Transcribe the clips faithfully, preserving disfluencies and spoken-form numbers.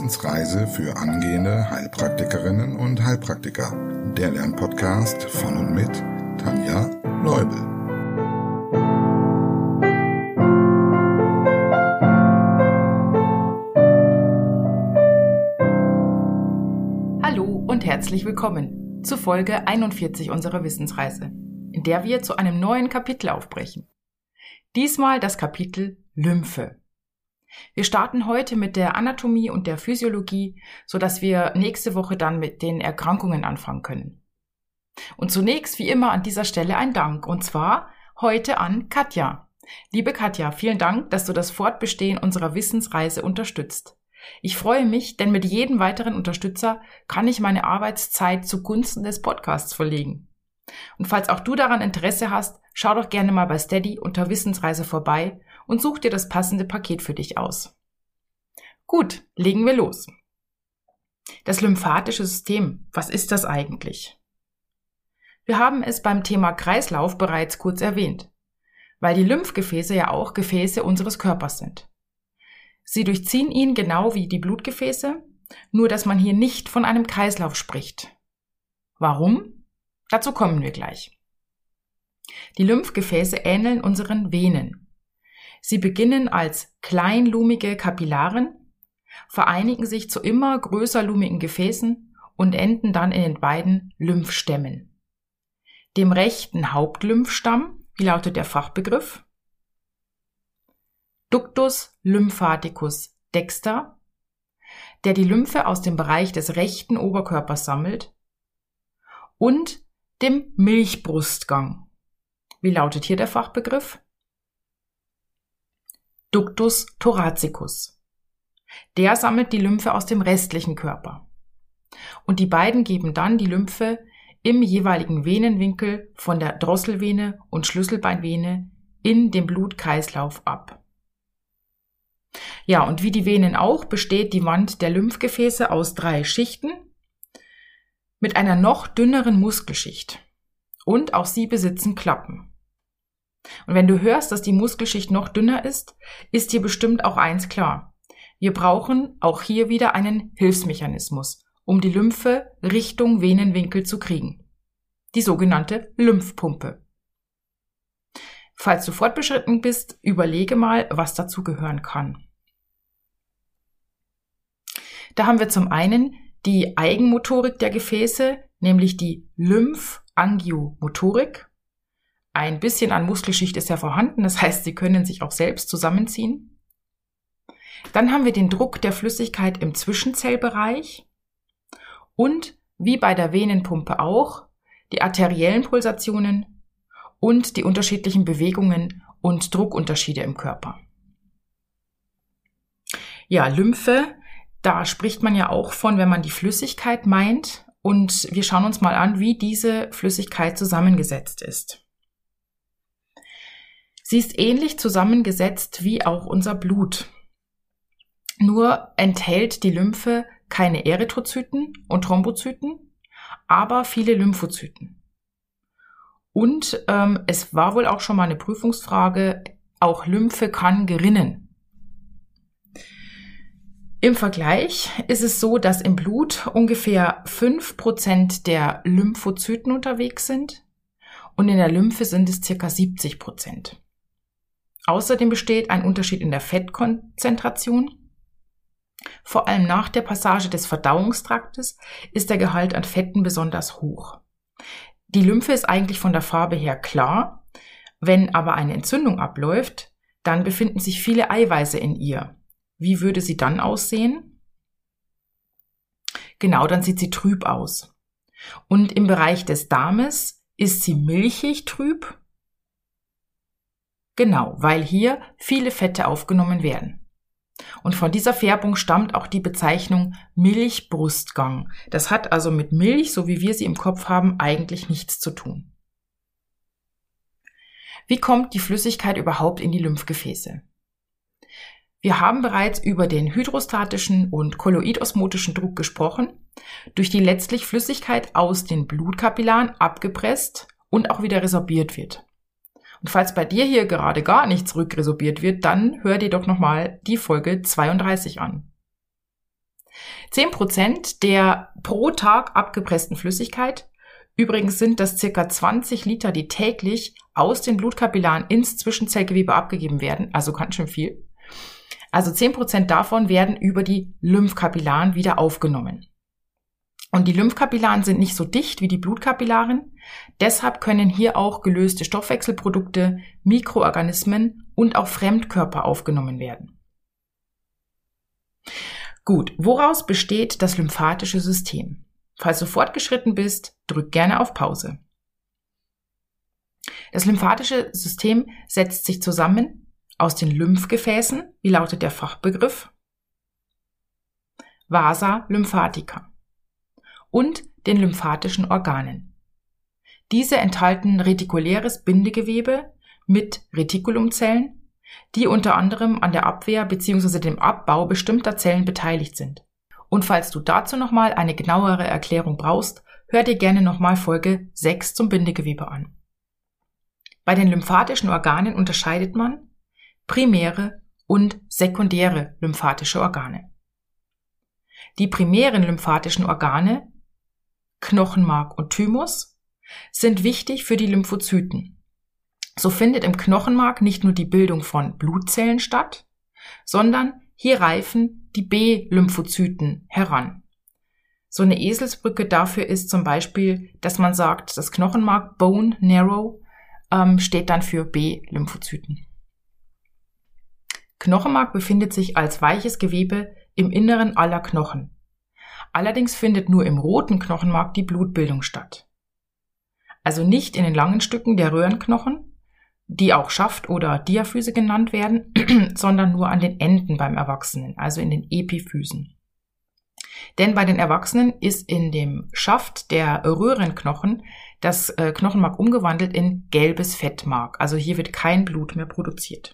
Wissensreise für angehende Heilpraktikerinnen und Heilpraktiker. Der Lernpodcast von und mit Tanja Leubel. Hallo und herzlich willkommen zu Folge einundvierzig unserer Wissensreise, in der wir zu einem neuen Kapitel aufbrechen. Diesmal das Kapitel Lymphe. Wir starten heute mit der Anatomie und der Physiologie, sodass wir nächste Woche dann mit den Erkrankungen anfangen können. Und zunächst wie immer an dieser Stelle ein Dank, und zwar heute an Katja. Liebe Katja, vielen Dank, dass du das Fortbestehen unserer Wissensreise unterstützt. Ich freue mich, denn mit jedem weiteren Unterstützer kann ich meine Arbeitszeit zugunsten des Podcasts verlegen. Und falls auch du daran Interesse hast, schau doch gerne mal bei Steady unter Wissensreise vorbei und such dir das passende Paket für dich aus. Gut, legen wir los. Das lymphatische System, was ist das eigentlich? Wir haben es beim Thema Kreislauf bereits kurz erwähnt, weil die Lymphgefäße ja auch Gefäße unseres Körpers sind. Sie durchziehen ihn genau wie die Blutgefäße, nur dass man hier nicht von einem Kreislauf spricht. Warum? Dazu kommen wir gleich. Die Lymphgefäße ähneln unseren Venen. Sie beginnen als kleinlumige Kapillaren, vereinigen sich zu immer größer lumigen Gefäßen und enden dann in den beiden Lymphstämmen. Dem rechten Hauptlymphstamm, wie lautet der Fachbegriff? Ductus lymphaticus dexter, der die Lymphe aus dem Bereich des rechten Oberkörpers sammelt, und dem Milchbrustgang. Wie lautet hier der Fachbegriff? Ductus thoracicus. Der sammelt die Lymphe aus dem restlichen Körper. Und die beiden geben dann die Lymphe im jeweiligen Venenwinkel von der Drosselvene und Schlüsselbeinvene in den Blutkreislauf ab. Ja, und wie die Venen auch besteht die Wand der Lymphgefäße aus drei Schichten mit einer noch dünneren Muskelschicht. Und auch sie besitzen Klappen. Und wenn du hörst, dass die Muskelschicht noch dünner ist, ist dir bestimmt auch eins klar. Wir brauchen auch hier wieder einen Hilfsmechanismus, um die Lymphe Richtung Venenwinkel zu kriegen. Die sogenannte Lymphpumpe. Falls du fortgeschritten bist, überlege mal, was dazu gehören kann. Da haben wir zum einen die Eigenmotorik der Gefäße, nämlich die Lymphangiomotorik. Ein bisschen an Muskelschicht ist ja vorhanden, das heißt, sie können sich auch selbst zusammenziehen. Dann haben wir den Druck der Flüssigkeit im Zwischenzellbereich und, wie bei der Venenpumpe auch, die arteriellen Pulsationen und die unterschiedlichen Bewegungen und Druckunterschiede im Körper. Ja, Lymphe, da spricht man ja auch von, wenn man die Flüssigkeit meint, und wir schauen uns mal an, wie diese Flüssigkeit zusammengesetzt ist. Sie ist ähnlich zusammengesetzt wie auch unser Blut. Nur enthält die Lymphe keine Erythrozyten und Thrombozyten, aber viele Lymphozyten. Und ähm, es war wohl auch schon mal eine Prüfungsfrage, auch Lymphe kann gerinnen. Im Vergleich ist es so, dass im Blut ungefähr fünf Prozent der Lymphozyten unterwegs sind und in der Lymphe sind es ca. siebzig Prozent. Außerdem besteht ein Unterschied in der Fettkonzentration. Vor allem nach der Passage des Verdauungstraktes ist der Gehalt an Fetten besonders hoch. Die Lymphe ist eigentlich von der Farbe her klar. Wenn aber eine Entzündung abläuft, dann befinden sich viele Eiweiße in ihr. Wie würde sie dann aussehen? Genau, dann sieht sie trüb aus. Und im Bereich des Darmes ist sie milchig trüb. Genau, weil hier viele Fette aufgenommen werden. Und von dieser Färbung stammt auch die Bezeichnung Milchbrustgang. Das hat also mit Milch, so wie wir sie im Kopf haben, eigentlich nichts zu tun. Wie kommt die Flüssigkeit überhaupt in die Lymphgefäße? Wir haben bereits über den hydrostatischen und kolloidosmotischen Druck gesprochen, durch die letztlich Flüssigkeit aus den Blutkapillaren abgepresst und auch wieder resorbiert wird. Und falls bei dir hier gerade gar nichts rückresorbiert wird, dann hör dir doch nochmal die Folge zweiunddreißig an. zehn Prozent der pro Tag abgepressten Flüssigkeit, übrigens sind das circa zwanzig Liter, die täglich aus den Blutkapillaren ins Zwischenzellgewebe abgegeben werden, also ganz schön viel. Also zehn Prozent davon werden über die Lymphkapillaren wieder aufgenommen. Und die Lymphkapillaren sind nicht so dicht wie die Blutkapillaren, deshalb können hier auch gelöste Stoffwechselprodukte, Mikroorganismen und auch Fremdkörper aufgenommen werden. Gut, woraus besteht das lymphatische System? Falls du fortgeschritten bist, drück gerne auf Pause. Das lymphatische System setzt sich zusammen aus den Lymphgefäßen, wie lautet der Fachbegriff? Vasa lymphatica, und den lymphatischen Organen. Diese enthalten retikuläres Bindegewebe mit Retikulumzellen, die unter anderem an der Abwehr bzw. dem Abbau bestimmter Zellen beteiligt sind. Und falls du dazu nochmal eine genauere Erklärung brauchst, hör dir gerne nochmal Folge sechs zum Bindegewebe an. Bei den lymphatischen Organen unterscheidet man primäre und sekundäre lymphatische Organe. Die primären lymphatischen Organe, Knochenmark und Thymus, sind wichtig für die Lymphozyten. So findet im Knochenmark nicht nur die Bildung von Blutzellen statt, sondern hier reifen die B-Lymphozyten heran. So eine Eselsbrücke dafür ist zum Beispiel, dass man sagt, das Knochenmark Bone Marrow ähm, steht dann für B-Lymphozyten. Knochenmark befindet sich als weiches Gewebe im Inneren aller Knochen. Allerdings findet nur im roten Knochenmark die Blutbildung statt. Also nicht in den langen Stücken der Röhrenknochen, die auch Schaft oder Diaphyse genannt werden, sondern nur an den Enden beim Erwachsenen, also in den Epiphysen. Denn bei den Erwachsenen ist in dem Schaft der Röhrenknochen das äh, Knochenmark umgewandelt in gelbes Fettmark, also hier wird kein Blut mehr produziert.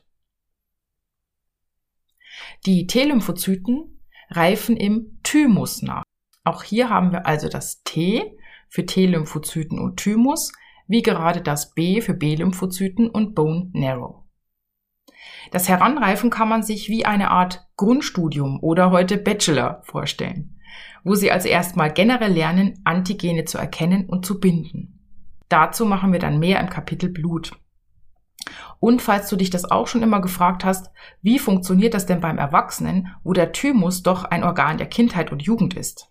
Die T-Lymphozyten reifen im Thymus nach. Auch hier haben wir also das T für T-Lymphozyten und Thymus, wie gerade das B für B-Lymphozyten und Bone Marrow. Das Heranreifen kann man sich wie eine Art Grundstudium oder heute Bachelor vorstellen, wo Sie also erstmal generell lernen, Antigene zu erkennen und zu binden. Dazu machen wir dann mehr im Kapitel Blut. Und falls du dich das auch schon immer gefragt hast, wie funktioniert das denn beim Erwachsenen, wo der Thymus doch ein Organ der Kindheit und Jugend ist?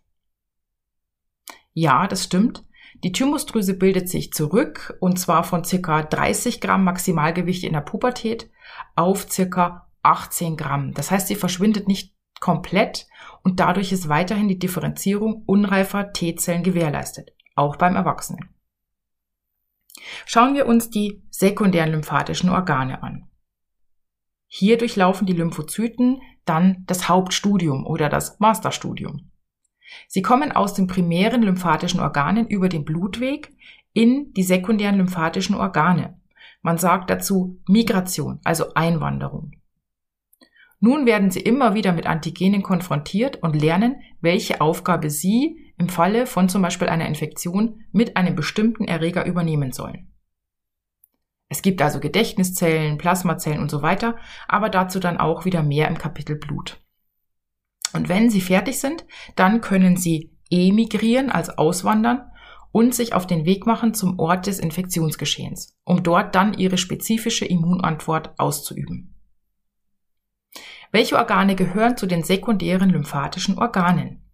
Ja, das stimmt. Die Thymusdrüse bildet sich zurück, und zwar von ca. dreißig Gramm Maximalgewicht in der Pubertät auf ca. achtzehn Gramm. Das heißt, sie verschwindet nicht komplett und dadurch ist weiterhin die Differenzierung unreifer T-Zellen gewährleistet, auch beim Erwachsenen. Schauen wir uns die sekundären lymphatischen Organe an. Hier durchlaufen die Lymphozyten dann das Hauptstudium oder das Masterstudium. Sie kommen aus den primären lymphatischen Organen über den Blutweg in die sekundären lymphatischen Organe. Man sagt dazu Migration, also Einwanderung. Nun werden sie immer wieder mit Antigenen konfrontiert und lernen, welche Aufgabe sie im Falle von zum Beispiel einer Infektion mit einem bestimmten Erreger übernehmen sollen. Es gibt also Gedächtniszellen, Plasmazellen und so weiter, aber dazu dann auch wieder mehr im Kapitel Blut. Und wenn sie fertig sind, dann können sie emigrieren, also auswandern und sich auf den Weg machen zum Ort des Infektionsgeschehens, um dort dann ihre spezifische Immunantwort auszuüben. Welche Organe gehören zu den sekundären lymphatischen Organen?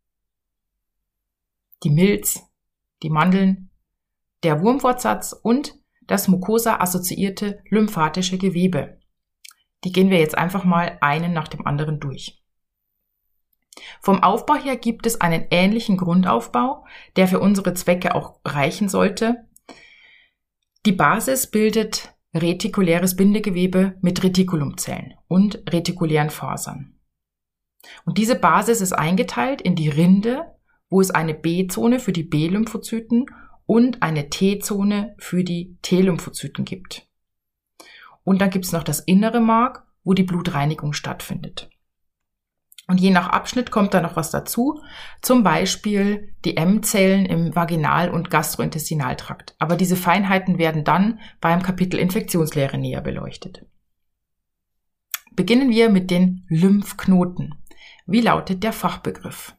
Die Milz, die Mandeln, der Wurmfortsatz und das mukosa-assoziierte lymphatische Gewebe. Die gehen wir jetzt einfach mal einen nach dem anderen durch. Vom Aufbau her gibt es einen ähnlichen Grundaufbau, der für unsere Zwecke auch reichen sollte. Die Basis bildet retikuläres Bindegewebe mit Retikulumzellen und retikulären Fasern. Und diese Basis ist eingeteilt in die Rinde, wo es eine B-Zone für die B-Lymphozyten und eine T-Zone für die T-Lymphozyten gibt. Und dann gibt es noch das innere Mark, wo die Blutreinigung stattfindet. Und je nach Abschnitt kommt da noch was dazu, zum Beispiel die M-Zellen im Vaginal- und Gastrointestinaltrakt. Aber diese Feinheiten werden dann beim Kapitel Infektionslehre näher beleuchtet. Beginnen wir mit den Lymphknoten. Wie lautet der Fachbegriff?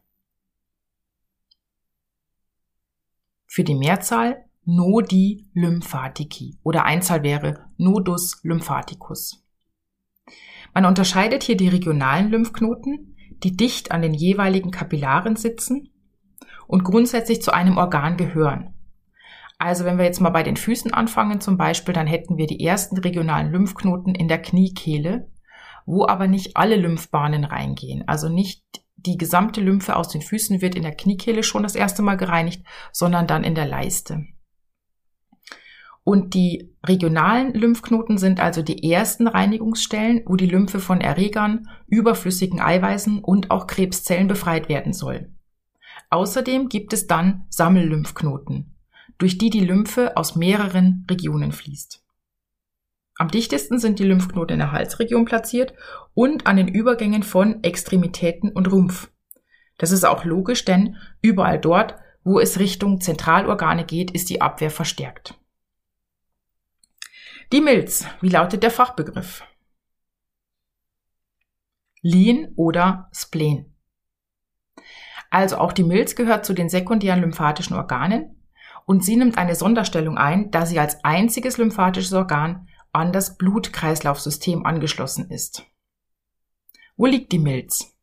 Für die Mehrzahl Nodi lymphatici oder Einzahl wäre Nodus lymphaticus. Man unterscheidet hier die regionalen Lymphknoten, die dicht an den jeweiligen Kapillaren sitzen und grundsätzlich zu einem Organ gehören. Also wenn wir jetzt mal bei den Füßen anfangen zum Beispiel, dann hätten wir die ersten regionalen Lymphknoten in der Kniekehle, wo aber nicht alle Lymphbahnen reingehen. Also nicht die gesamte Lymphe aus den Füßen wird in der Kniekehle schon das erste Mal gereinigt, sondern dann in der Leiste. Und die regionalen Lymphknoten sind also die ersten Reinigungsstellen, wo die Lymphe von Erregern, überflüssigen Eiweißen und auch Krebszellen befreit werden soll. Außerdem gibt es dann Sammellymphknoten, durch die die Lymphe aus mehreren Regionen fließt. Am dichtesten sind die Lymphknoten in der Halsregion platziert und an den Übergängen von Extremitäten und Rumpf. Das ist auch logisch, denn überall dort, wo es Richtung Zentralorgane geht, ist die Abwehr verstärkt. Die Milz, wie lautet der Fachbegriff? Lien oder Spleen. Also auch die Milz gehört zu den sekundären lymphatischen Organen und sie nimmt eine Sonderstellung ein, da sie als einziges lymphatisches Organ an das Blutkreislaufsystem angeschlossen ist. Wo liegt die Milz?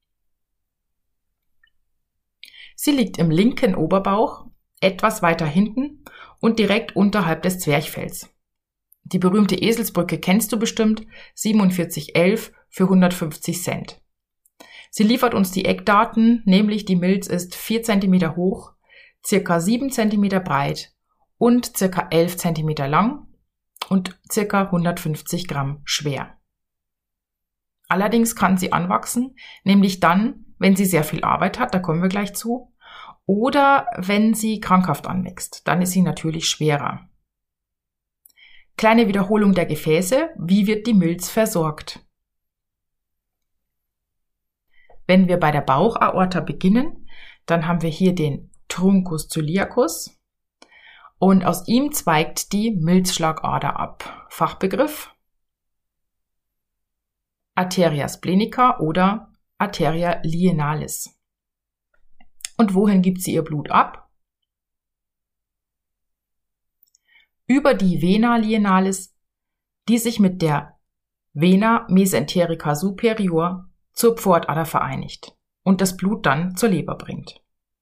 Sie liegt im linken Oberbauch, etwas weiter hinten und direkt unterhalb des Zwerchfells. Die berühmte Eselsbrücke kennst du bestimmt, siebenundvierzig elf für hundertfünfzig Cent. Sie liefert uns die Eckdaten, nämlich die Milz ist vier Zentimeter hoch, circa sieben Zentimeter breit und circa elf Zentimeter lang und circa hundertfünfzig Gramm schwer. Allerdings kann sie anwachsen, nämlich dann, wenn sie sehr viel Arbeit hat, da kommen wir gleich zu, oder wenn sie krankhaft anwächst, dann ist sie natürlich schwerer. Kleine Wiederholung der Gefäße. Wie wird die Milz versorgt? Wenn wir bei der Bauchaorta beginnen, dann haben wir hier den Truncus celiacus und aus ihm zweigt die Milzschlagader ab. Fachbegriff: Arteria splenica oder Arteria lienalis. Und wohin gibt sie ihr Blut ab? Über die Vena lienalis, die sich mit der Vena mesenterica superior zur Pfortader vereinigt und das Blut dann zur Leber bringt.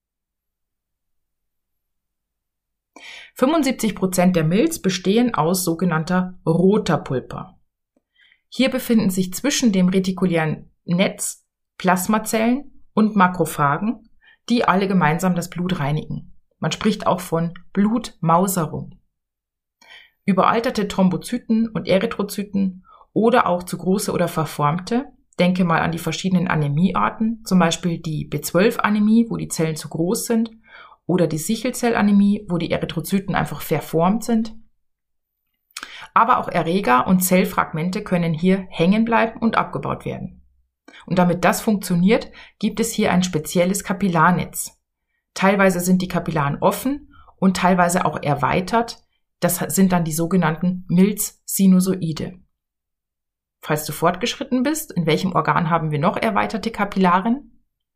fünfundsiebzig Prozent der Milz bestehen aus sogenannter roter Pulpa. Hier befinden sich zwischen dem retikulären Netz Plasmazellen und Makrophagen, die alle gemeinsam das Blut reinigen. Man spricht auch von Blutmauserung. Überalterte Thrombozyten und Erythrozyten oder auch zu große oder verformte, denke mal an die verschiedenen Anämiearten, zum Beispiel die B zwölf Anämie, wo die Zellen zu groß sind, oder die Sichelzellanämie, wo die Erythrozyten einfach verformt sind. Aber auch Erreger und Zellfragmente können hier hängen bleiben und abgebaut werden. Und damit das funktioniert, gibt es hier ein spezielles Kapillarnetz. Teilweise sind die Kapillaren offen und teilweise auch erweitert. Das sind dann die sogenannten Milzsinusoide. Falls du fortgeschritten bist, in welchem Organ haben wir noch erweiterte Kapillaren?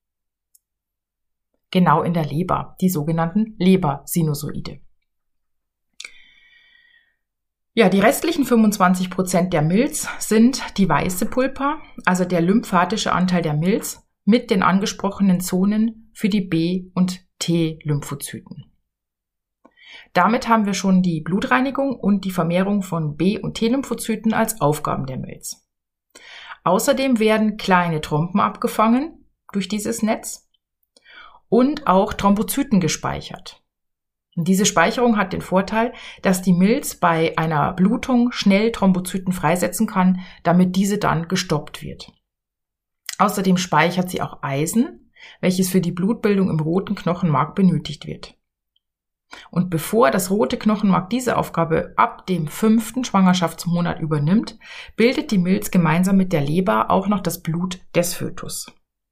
Genau in der Leber, die sogenannten Lebersinusoide. Ja, die restlichen fünfundzwanzig Prozent der Milz sind die weiße Pulpa, also der lymphatische Anteil der Milz mit den angesprochenen Zonen für die B- und T-Lymphozyten. Damit haben wir schon die Blutreinigung und die Vermehrung von B- und T-Lymphozyten als Aufgaben der Milz. Außerdem werden kleine Trompen abgefangen durch dieses Netz und auch Thrombozyten gespeichert. Und diese Speicherung hat den Vorteil, dass die Milz bei einer Blutung schnell Thrombozyten freisetzen kann, damit diese dann gestoppt wird. Außerdem speichert sie auch Eisen, welches für die Blutbildung im roten Knochenmark benötigt wird. Und bevor das rote Knochenmark diese Aufgabe ab dem fünften Schwangerschaftsmonat übernimmt, bildet die Milz gemeinsam mit der Leber auch noch das Blut des Fötus.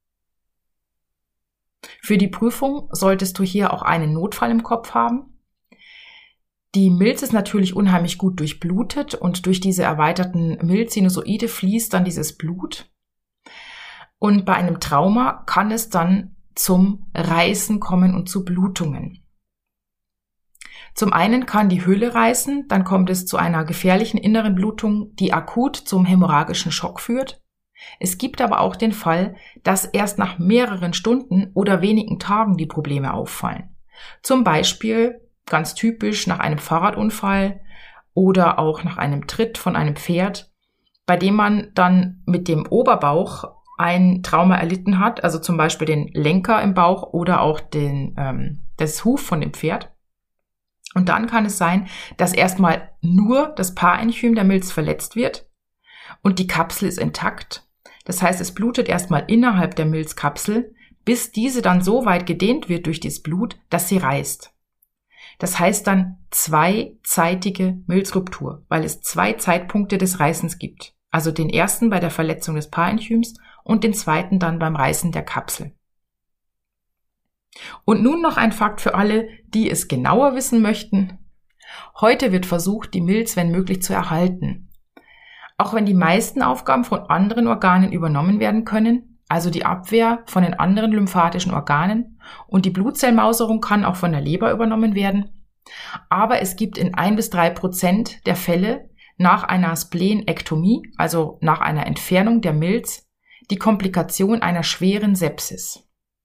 Für die Prüfung solltest du hier auch einen Notfall im Kopf haben. Die Milz ist natürlich unheimlich gut durchblutet und durch diese erweiterten Milzsinusoide fließt dann dieses Blut. Und bei einem Trauma kann es dann zum Reißen kommen und zu Blutungen. Zum einen kann die Hülle reißen, dann kommt es zu einer gefährlichen inneren Blutung, die akut zum hämorrhagischen Schock führt. Es gibt aber auch den Fall, dass erst nach mehreren Stunden oder wenigen Tagen die Probleme auffallen. Zum Beispiel, ganz typisch, nach einem Fahrradunfall oder auch nach einem Tritt von einem Pferd, bei dem man dann mit dem Oberbauch ein Trauma erlitten hat, also zum Beispiel den Lenker im Bauch oder auch den, ähm, das Huf von dem Pferd. Und dann kann es sein, dass erstmal nur das Parenchym der Milz verletzt wird und die Kapsel ist intakt. Das heißt, es blutet erstmal innerhalb der Milzkapsel, bis diese dann so weit gedehnt wird durch das Blut, dass sie reißt. Das heißt dann zweizeitige Milzruptur, weil es zwei Zeitpunkte des Reißens gibt. Also den ersten bei der Verletzung des Parenchyms und den zweiten dann beim Reißen der Kapsel. Und nun noch ein Fakt für alle, die es genauer wissen möchten. Heute wird versucht, die Milz, wenn möglich, zu erhalten. Auch wenn die meisten Aufgaben von anderen Organen übernommen werden können, also die Abwehr von den anderen lymphatischen Organen und die Blutzellmauserung kann auch von der Leber übernommen werden. Aber es gibt in ein bis drei Prozent der Fälle nach einer Splenektomie, also nach einer Entfernung der Milz, die Komplikation einer schweren Sepsis.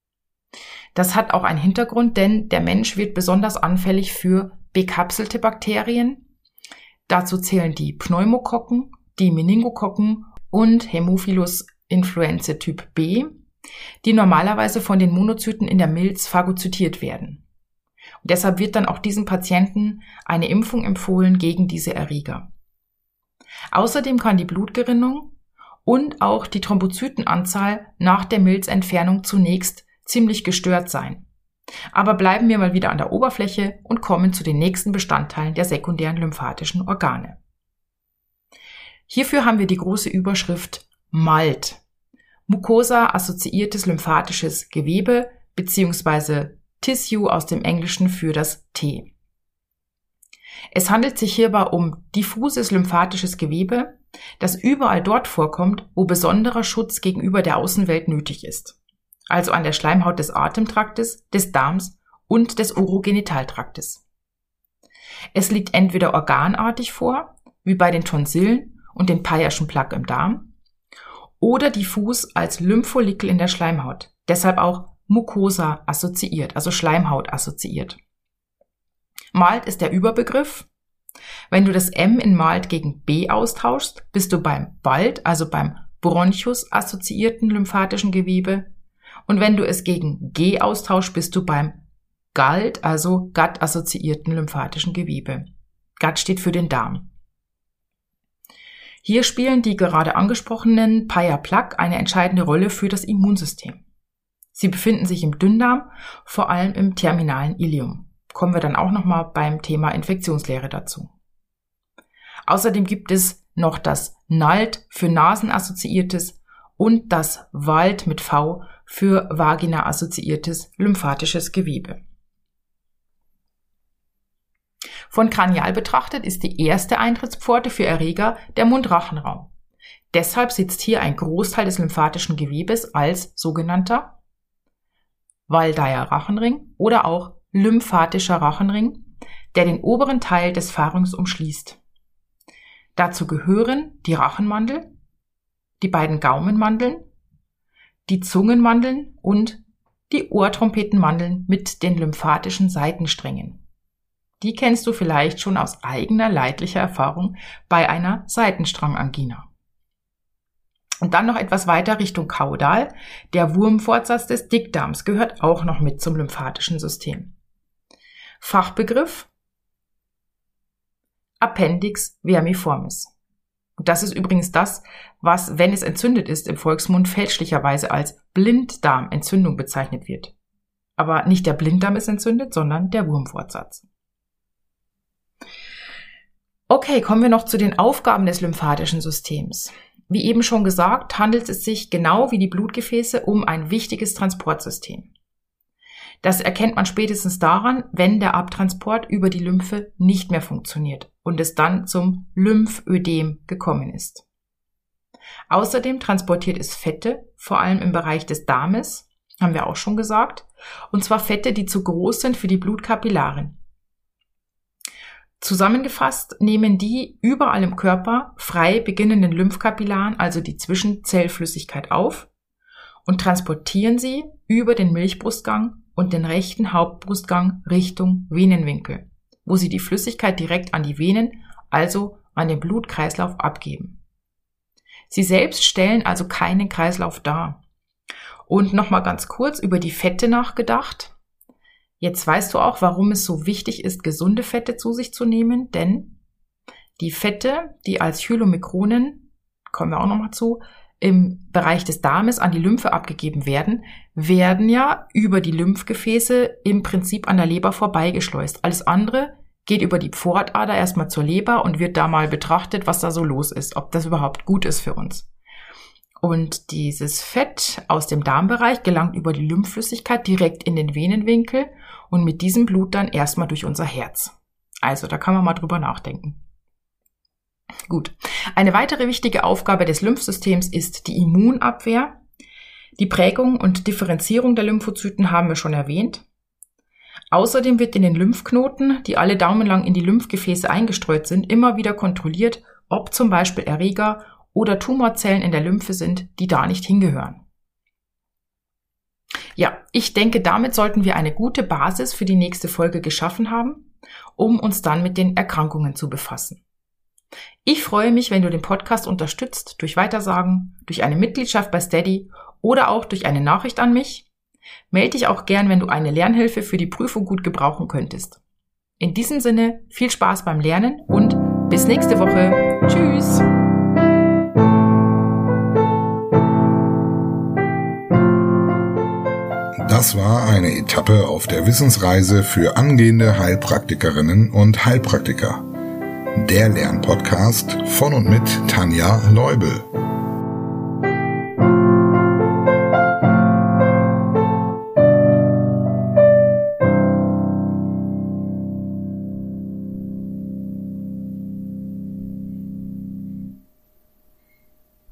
Das hat auch einen Hintergrund, denn der Mensch wird besonders anfällig für bekapselte Bakterien. Dazu zählen die Pneumokokken, die Meningokokken und Hämophilus influenzae Typ B, die normalerweise von den Monozyten in der Milz phagozytiert werden. Und deshalb wird dann auch diesen Patienten eine Impfung empfohlen gegen diese Erreger. Außerdem kann die Blutgerinnung und auch die Thrombozytenanzahl nach der Milzentfernung zunächst ziemlich gestört sein. Aber bleiben wir mal wieder an der Oberfläche und kommen zu den nächsten Bestandteilen der sekundären lymphatischen Organe. Hierfür haben wir die große Überschrift M A L T, Mucosa-assoziiertes lymphatisches Gewebe bzw. Tissue aus dem Englischen für das T. Es handelt sich hierbei um diffuses lymphatisches Gewebe, das überall dort vorkommt, wo besonderer Schutz gegenüber der Außenwelt nötig ist. Also an der Schleimhaut des Atemtraktes, des Darms und des Urogenitaltraktes. Es liegt entweder organartig vor, wie bei den Tonsillen und den Peyer'schen Plaque im Darm, oder diffus als Lymphfollikel in der Schleimhaut, deshalb auch Mucosa assoziiert, also Schleimhaut assoziiert. M A L T ist der Überbegriff. Wenn du das M in M A L T gegen B austauschst, bist du beim B A L T, also beim Bronchus-assoziierten lymphatischen Gewebe. Und wenn du es gegen G austauschst, bist du beim G A L T, also Gut-assoziierten lymphatischen Gewebe. Gut steht für den Darm. Hier spielen die gerade angesprochenen Peyer's Plaque eine entscheidende Rolle für das Immunsystem. Sie befinden sich im Dünndarm, vor allem im terminalen Ileum. Kommen wir dann auch nochmal beim Thema Infektionslehre dazu. Außerdem gibt es noch das N A L T für nasenassoziiertes und das V A L T mit V für vagina-assoziiertes lymphatisches Gewebe. Von kranial betrachtet ist die erste Eintrittspforte für Erreger der Mund-Rachenraum. Deshalb sitzt hier ein Großteil des lymphatischen Gewebes als sogenannter Waldeyer Rachenring oder auch lymphatischer Rachenring, der den oberen Teil des Pharynx umschließt. Dazu gehören die Rachenmandel, die beiden Gaumenmandeln, die Zungenmandeln und die Ohrtrompetenmandeln mit den lymphatischen Seitensträngen. Die kennst du vielleicht schon aus eigener leidlicher Erfahrung bei einer Seitenstrangangina. Und dann noch etwas weiter Richtung Kaudal. Der Wurmfortsatz des Dickdarms gehört auch noch mit zum lymphatischen System. Fachbegriff Appendix vermiformis. Und das ist übrigens das, was, wenn es entzündet ist, im Volksmund fälschlicherweise als Blinddarmentzündung bezeichnet wird. Aber nicht der Blinddarm ist entzündet, sondern der Wurmfortsatz. Okay, kommen wir noch zu den Aufgaben des lymphatischen Systems. Wie eben schon gesagt, handelt es sich genau wie die Blutgefäße um ein wichtiges Transportsystem. Das erkennt man spätestens daran, wenn der Abtransport über die Lymphe nicht mehr funktioniert und es dann zum Lymphödem gekommen ist. Außerdem transportiert es Fette vor allem im Bereich des Darmes, haben wir auch schon gesagt, und zwar Fette, die zu groß sind für die Blutkapillaren. Zusammengefasst nehmen die überall im Körper frei beginnenden Lymphkapillaren, also die Zwischenzellflüssigkeit, auf und transportieren sie über den Milchbrustgang und den rechten Hauptbrustgang Richtung Venenwinkel, wo sie die Flüssigkeit direkt an die Venen, also an den Blutkreislauf, abgeben. Sie selbst stellen also keinen Kreislauf dar. Und nochmal ganz kurz über die Fette nachgedacht. Jetzt weißt du auch, warum es so wichtig ist, gesunde Fette zu sich zu nehmen, denn die Fette, die als Chylomikronen, kommen wir auch nochmal zu, im Bereich des Darmes an die Lymphe abgegeben werden, werden ja über die Lymphgefäße im Prinzip an der Leber vorbeigeschleust. Alles andere geht über die Pfortader erstmal zur Leber und wird da mal betrachtet, was da so los ist, ob das überhaupt gut ist für uns. Und dieses Fett aus dem Darmbereich gelangt über die Lymphflüssigkeit direkt in den Venenwinkel und mit diesem Blut dann erstmal durch unser Herz. Also, da kann man mal drüber nachdenken. Gut. Eine weitere wichtige Aufgabe des Lymphsystems ist die Immunabwehr. Die Prägung und Differenzierung der Lymphozyten haben wir schon erwähnt. Außerdem wird in den Lymphknoten, die alle daumenlang in die Lymphgefäße eingestreut sind, immer wieder kontrolliert, ob zum Beispiel Erreger oder Tumorzellen in der Lymphe sind, die da nicht hingehören. Ja, ich denke, damit sollten wir eine gute Basis für die nächste Folge geschaffen haben, um uns dann mit den Erkrankungen zu befassen. Ich freue mich, wenn du den Podcast unterstützt, durch Weitersagen, durch eine Mitgliedschaft bei Steady oder auch durch eine Nachricht an mich. Melde dich auch gern, wenn du eine Lernhilfe für die Prüfung gut gebrauchen könntest. In diesem Sinne, viel Spaß beim Lernen und bis nächste Woche. Tschüss! Das war eine Etappe auf der Wissensreise für angehende Heilpraktikerinnen und Heilpraktiker. Der Lernpodcast von und mit Tanja Leubel.